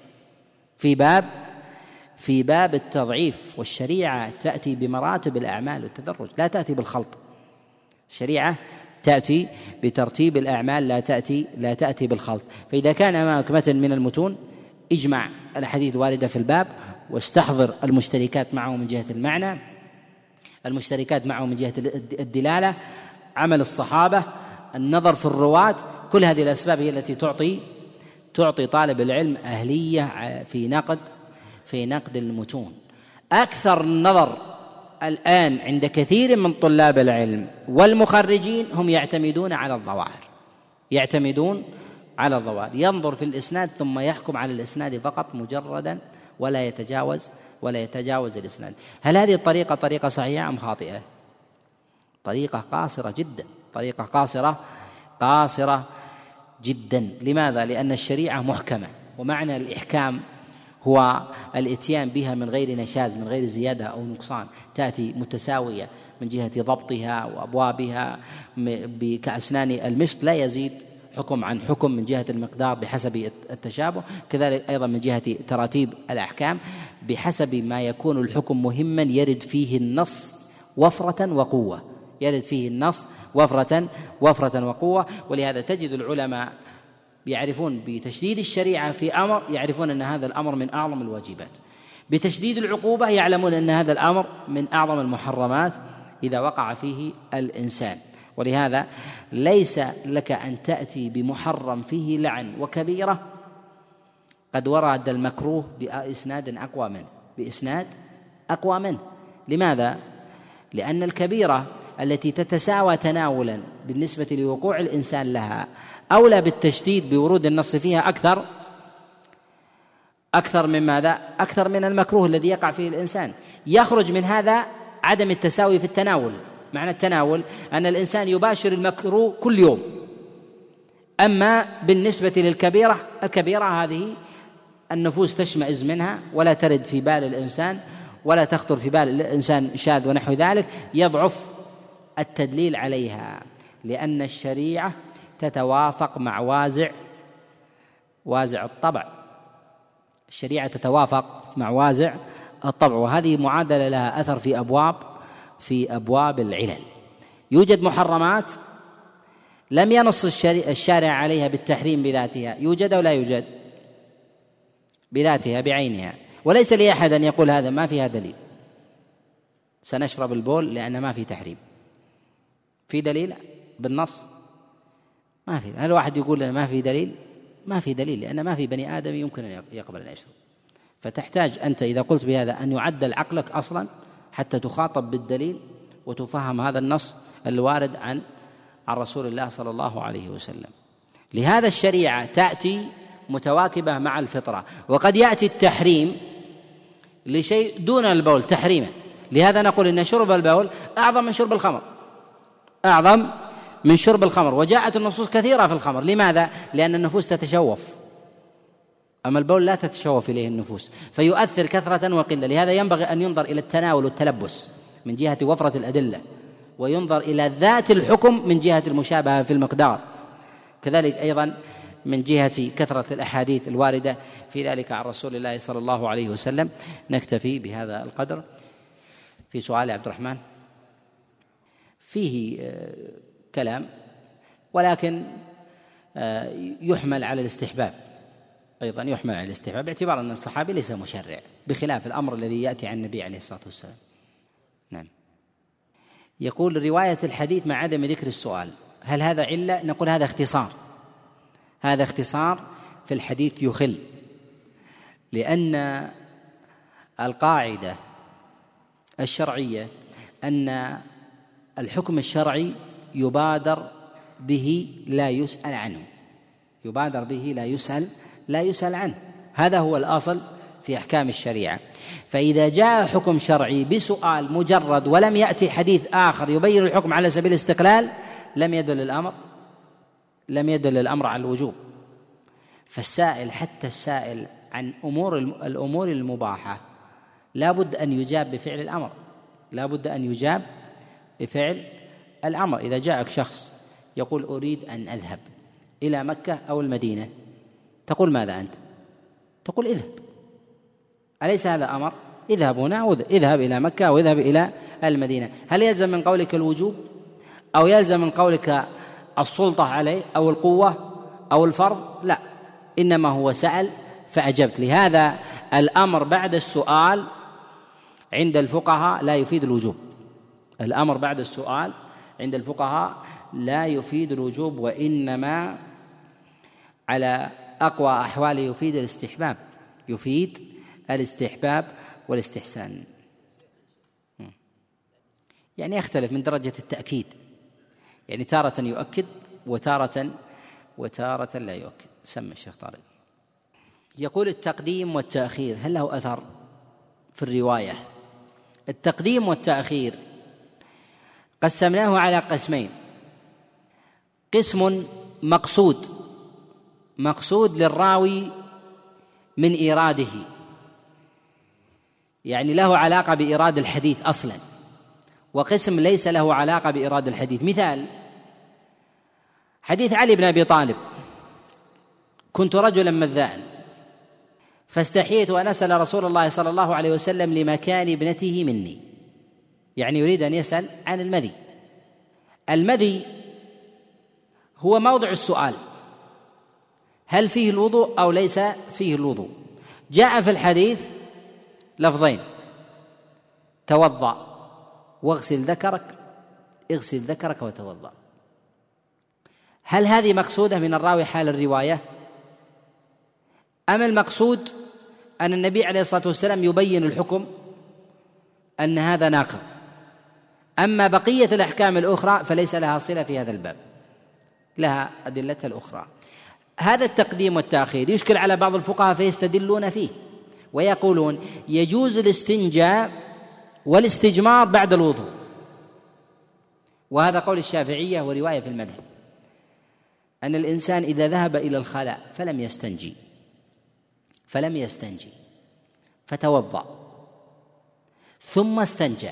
في باب التضعيف. والشريعة تأتي بمراتب الأعمال والتدرج، لا تأتي بالخلط. الشريعة تأتي بترتيب الأعمال، لا تأتي بالخلط. فإذا كان أمامك متن من المتون اجمع الأحاديث واردة في الباب، واستحضر المشتركات معه من جهة المعنى، المشتركات معه من جهة الدلالة، عمل الصحابة، النظر في الرواة. كل هذه الأسباب هي التي تعطي طالب العلم أهلية في نقد المتون. أكثر النظر الآن عند كثير من طلاب العلم والمخرجين هم يعتمدون على الظواهر، ينظر في الإسناد ثم يحكم على الإسناد فقط مجردا، ولا يتجاوز الإسناد. هل هذه الطريقة طريقة صحيحة أم خاطئة؟ طريقة قاصرة جدا، طريقة قاصرة جدا. لماذا؟ لأن الشريعة محكمة، ومعنى الإحكام هو الإتيان بها من غير نشاز، من غير زيادة أو نقصان، تأتي متساوية من جهة ضبطها وأبوابها كأسنان المشط، لا يزيد حكم عن حكم من جهة المقدار بحسب التشابه. كذلك أيضا من جهة تراتيب الأحكام بحسب ما يكون الحكم مهما يرد فيه النص وفرة وقوة. ولهذا تجد العلماء يعرفون بتشديد الشريعة في أمر، يعرفون أن هذا الأمر من أعظم الواجبات، بتشديد العقوبة يعلمون أن هذا الأمر من أعظم المحرمات إذا وقع فيه الإنسان. ولهذا ليس لك أن تأتي بمحرم فيه لعن وكبيرة قد ورد المكروه بإسناد أقوى منه. لماذا؟ لأن الكبيرة التي تتساوى تناولا بالنسبة لوقوع الإنسان لها أولى بالتشديد بورود النص فيها أكثر من ماذا؟ أكثر من المكروه الذي يقع فيه الإنسان. يخرج من هذا عدم التساوي في التناول. معنى التناول أن الإنسان يباشر المكروه كل يوم. أما بالنسبة للكبيرة، الكبيرة هذه النفوس تشمئز منها ولا ترد في بال الإنسان، ولا تخطر في بال الإنسان شاذ ونحو ذلك، يضعف التدليل عليها، لأن الشريعة تتوافق مع وازع الطبع. الشريعة تتوافق مع وازع الطبع، وهذه معادلة لها أثر في أبواب العلل. يوجد محرمات لم ينص الشارع عليها بالتحريم بذاتها، يوجد أو لا يوجد؟ بذاتها بعينها، وليس لأحد أن يقول هذا ما فيها دليل، سنشرب البول لأن ما في تحريم. في دليل بالنص؟ ما في. هل واحد يقول لنا ما في دليل؟ ما في دليل، لأن ما في بني آدم يمكن أن يقبل أن يشرب. فتحتاج أنت إذا قلت بهذا أن يعدل عقلك أصلا حتى تخاطب بالدليل وتفهم هذا النص الوارد عن رسول الله صلى الله عليه وسلم. لهذا الشريعة تأتي متواكبة مع الفطرة، وقد يأتي التحريم لشيء دون البول تحريما. لهذا نقول إن شرب البول أعظم من شرب الخمر، وجاءت النصوص كثيرة في الخمر. لماذا؟ لأن النفوس تتشوف، أما البول لا تتشوف إليه النفوس، فيؤثر كثرة وقلة. لهذا ينبغي أن ينظر إلى التناول والتلبس من جهة وفرة الأدلة، وينظر إلى ذات الحكم من جهة المشابهة في المقدار، كذلك أيضا من جهة كثرة الأحاديث الواردة في ذلك عن رسول الله صلى الله عليه وسلم. نكتفي بهذا القدر. في سؤال عبد الرحمن فيه كلام، ولكن يحمل على الاستحباب، أيضا يحمل على الاستحباب باعتبار أن الصحابي ليس مشرع، بخلاف الأمر الذي يأتي عن النبي عليه الصلاة والسلام. نعم. يقول رواية الحديث مع عدم ذكر السؤال، هل هذا علة؟ نقول هذا اختصار في الحديث يخل، لأن القاعدة الشرعية أن الحكم الشرعي يبادر به لا يسأل لا يسأل عنه. هذا هو الأصل في أحكام الشريعة. فإذا جاء حكم شرعي بسؤال مجرد ولم يأتي حديث آخر يبين الحكم على سبيل الاستقلال لم يدل الأمر على الوجوب. فالسائل حتى السائل عن الأمور المباحة لا بد أن يجاب بفعل الأمر، لا بد أن يجاب بفعل الأمر. إذا جاءك شخص يقول أريد أن أذهب إلى مكة أو المدينة، تقول ماذا أنت؟ تقول اذهب، أليس هذا أمر؟ اذهب هنا أو اذهب إلى مكة أو اذهب إلى المدينة. هل يلزم من قولك الوجوب أو يلزم من قولك السلطة عليه أو القوة أو الفرض؟ لا، إنما هو سأل فأجبت. لهذا الأمر بعد السؤال عند الفقهاء لا يفيد الوجوب. الأمر بعد السؤال عند الفقهاء لا يفيد الوجوب، وإنما على أقوى أحواله يفيد الاستحباب والاستحسان. يعني يختلف من درجة التأكيد، يعني تارة يؤكد وتارة لا يؤكد. سمى الشيخ طارق. يقول التقديم والتأخير هل له أثر في الرواية؟ التقديم والتأخير قسمناه على قسمين: قسم مقصود للراوي من إيراده، يعني له علاقة بإيراد الحديث أصلا، وقسم ليس له علاقة بإيراد الحديث. مثال حديث علي بن أبي طالب: كنت رجلا مذاء فاستحييت أن أسأل رسول الله صلى الله عليه وسلم لمكان ابنته مني، يعني يريد أن يسأل عن المذي. المذي هو موضع السؤال، هل فيه الوضوء أو ليس فيه الوضوء؟ جاء في الحديث لفظين: توضأ واغسل ذكرك، اغسل ذكرك وتوضأ. هل هذه مقصودة من الراوي حال الرواية، أم المقصود أن النبي عليه الصلاة والسلام يبين الحكم أن هذا ناقض؟ أما بقية الأحكام الأخرى فليس لها صلة في هذا الباب، لها أدلتها الأخرى. هذا التقديم والتأخير يشكل على بعض الفقهاء فيستدلون فيه ويقولون يجوز الاستنجاء والاستجمار بعد الوضوء، وهذا قول الشافعية ورواية في المذهب، أن الإنسان إذا ذهب إلى الخلاء فلم يستنجي فتوضأ ثم استنجى،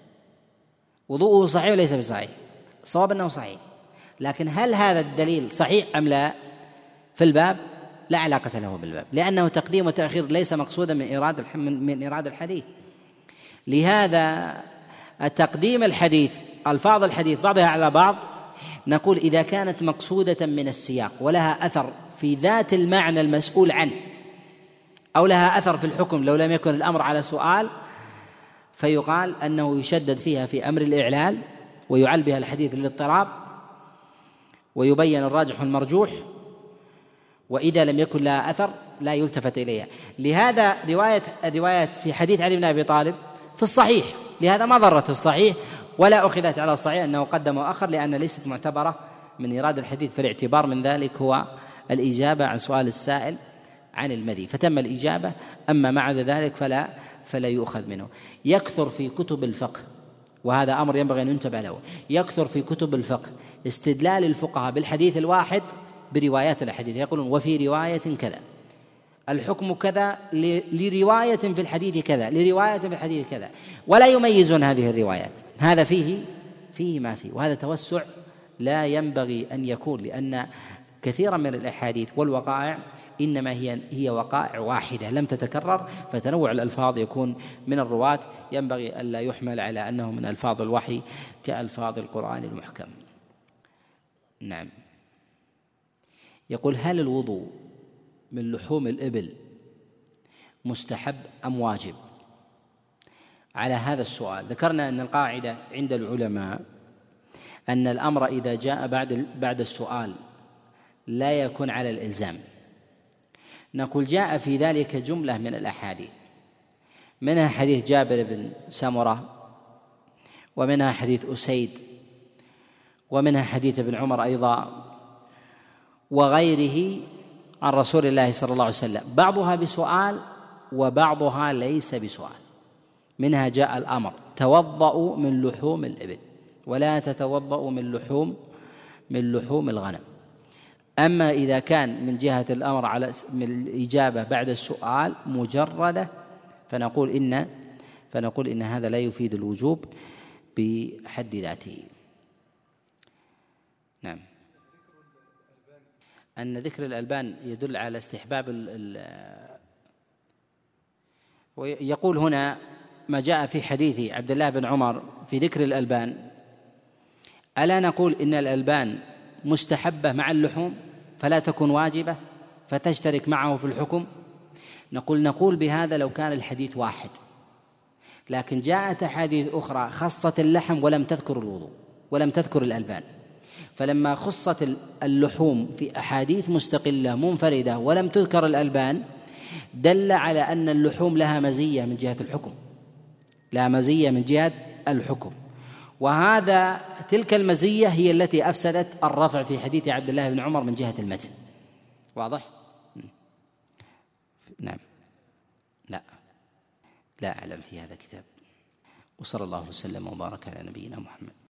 وضوءه صحيح وليس بصحيح؟ الصواب أنه صحيح، لكن هل هذا الدليل صحيح أم لا في الباب؟ لا علاقة له بالباب، لأنه تقديم وتأخير ليس مقصودا من إيراد الحديث. لهذا تقديم الحديث، ألفاظ الحديث بعضها على بعض، نقول إذا كانت مقصودة من السياق ولها أثر في ذات المعنى المسؤول عنه، أو لها أثر في الحكم لو لم يكن الأمر على سؤال، فيقال أنه يشدد فيها في أمر الإعلال ويعل بها الحديث للاضطراب ويبين الراجح والمرجوح، وإذا لم يكن لها أثر لا يلتفت إليها. لهذا رواية في حديث علي بن أبي طالب في الصحيح، لهذا ما ضرت الصحيح ولا أخذت على الصحيح أنه قدم وأخر، لأن ليست معتبرة من إيراد الحديث، فالاعتبار من ذلك هو الإجابة عن سؤال السائل عن المذي، فتم الإجابة. أما مع ذلك فلا يؤخذ منه. يكثر في كتب الفقه، وهذا أمر ينبغي أن ينتبه له، يكثر في كتب الفقه استدلال الفقهاء بالحديث الواحد بروايات الحديث، يقولون وفي رواية كذا، الحكم كذا لرواية في الحديث كذا، لرواية في الحديث كذا، ولا يميزون هذه الروايات. هذا فيه ما فيه، وهذا توسع لا ينبغي أن يكون، لأن كثيرا من الأحاديث والوقائع إنما هي وقائع واحدة لم تتكرر، فتنوع الألفاظ يكون من الرواة ينبغي ألا يحمل على أنه من ألفاظ الوحي كألفاظ القرآن المحكم. نعم. يقول: هل الوضوء من لحوم الإبل مستحب أم واجب؟ على هذا السؤال ذكرنا أن القاعدة عند العلماء أن الأمر إذا جاء بعد السؤال لا يكون على الإلزام. نقول جاء في ذلك جملة من الأحاديث، منها حديث جابر بن سمرة، ومنها حديث أسيد، ومنها حديث ابن عمر أيضا، وغيره عن رسول الله صلى الله عليه وسلم، بعضها بسؤال وبعضها ليس بسؤال. منها جاء الأمر: توضؤوا من لحوم الإبل ولا تتوضؤوا من لحوم الغنم. أما إذا كان من جهة الأمر على من الإجابة بعد السؤال مجردة فنقول إن هذا لا يفيد الوجوب بحد ذاته. نعم. أن ذكر الألبان يدل على استحباب ويقول هنا ما جاء في حديث عبد الله بن عمر في ذكر الألبان: ألا نقول إن الألبان مستحبة مع اللحوم فلا تكون واجبة فتشترك معه في الحكم؟ نقول بهذا لو كان الحديث واحد، لكن جاءت أحاديث أخرى خصت اللحم ولم تذكر الوضوء ولم تذكر الألبان، فلما خصت اللحوم في أحاديث مستقلة منفردة ولم تذكر الألبان دل على أن اللحوم لها مزية من جهة الحكم، لها مزية من جهة الحكم، تلك المزية هي التي أفسدت الرفع في حديث عبد الله بن عمر من جهة المتن. واضح؟ نعم. لا أعلم في هذا كتاب. وصلى الله وسلم وبارك على نبينا محمد.